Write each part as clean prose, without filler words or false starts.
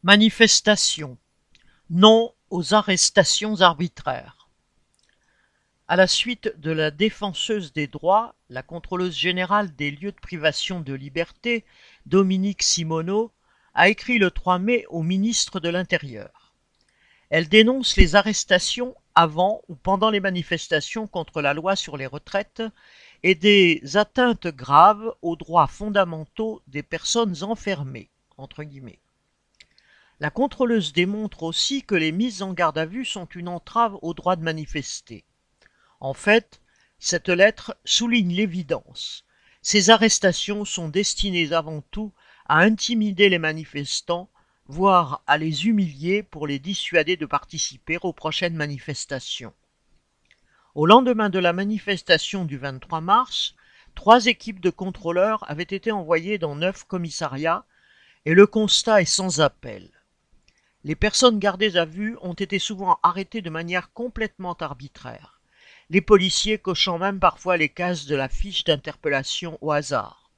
Manifestation. Non aux arrestations arbitraires. À la suite de la défenseuse des droits, la contrôleuse générale des lieux de privation de liberté, Dominique Simoneau, a écrit le 3 mai au ministre de l'Intérieur. Elle dénonce les arrestations avant ou pendant les manifestations contre la loi sur les retraites et des atteintes graves aux droits fondamentaux des personnes enfermées, entre guillemets. La contrôleuse démontre aussi que les mises en garde à vue sont une entrave au droit de manifester. En fait, cette lettre souligne l'évidence. Ces arrestations sont destinées avant tout à intimider les manifestants, voire à les humilier pour les dissuader de participer aux prochaines manifestations. Au lendemain de la manifestation du 23 mars, 3 équipes de contrôleurs avaient été envoyées dans 9 commissariats et le constat est sans appel. Les personnes gardées à vue ont été souvent arrêtées de manière complètement arbitraire, les policiers cochant même parfois les cases de la fiche d'interpellation au hasard.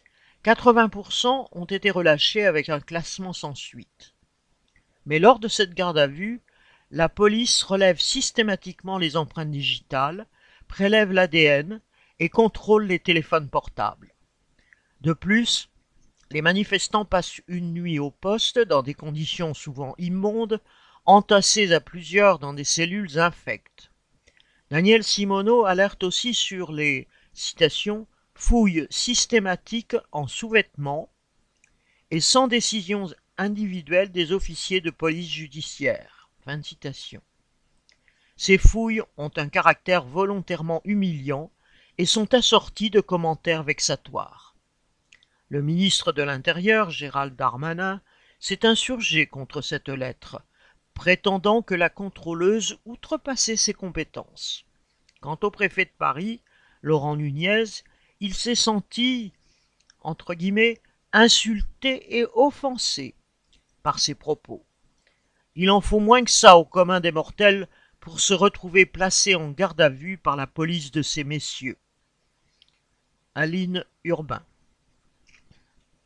80% ont été relâchés avec un classement sans suite. Mais lors de cette garde à vue, la police relève systématiquement les empreintes digitales, prélève l'ADN et contrôle les téléphones portables. De plus, les manifestants passent une nuit au poste dans des conditions souvent immondes, entassés à plusieurs dans des cellules infectes. Daniel Simoneau alerte aussi sur les, citations, fouilles systématiques en sous-vêtements et sans décision individuelle des officiers de police judiciaire. Fin de citation. Ces fouilles ont un caractère volontairement humiliant et sont assorties de commentaires vexatoires. Le ministre de l'Intérieur, Gérald Darmanin, s'est insurgé contre cette lettre, prétendant que la contrôleuse outrepassait ses compétences. Quant au préfet de Paris, Laurent Nunez, il s'est senti, entre guillemets, insulté et offensé par ses propos. Il en faut moins que ça au commun des mortels pour se retrouver placé en garde à vue par la police de ces messieurs. Aline Urbain.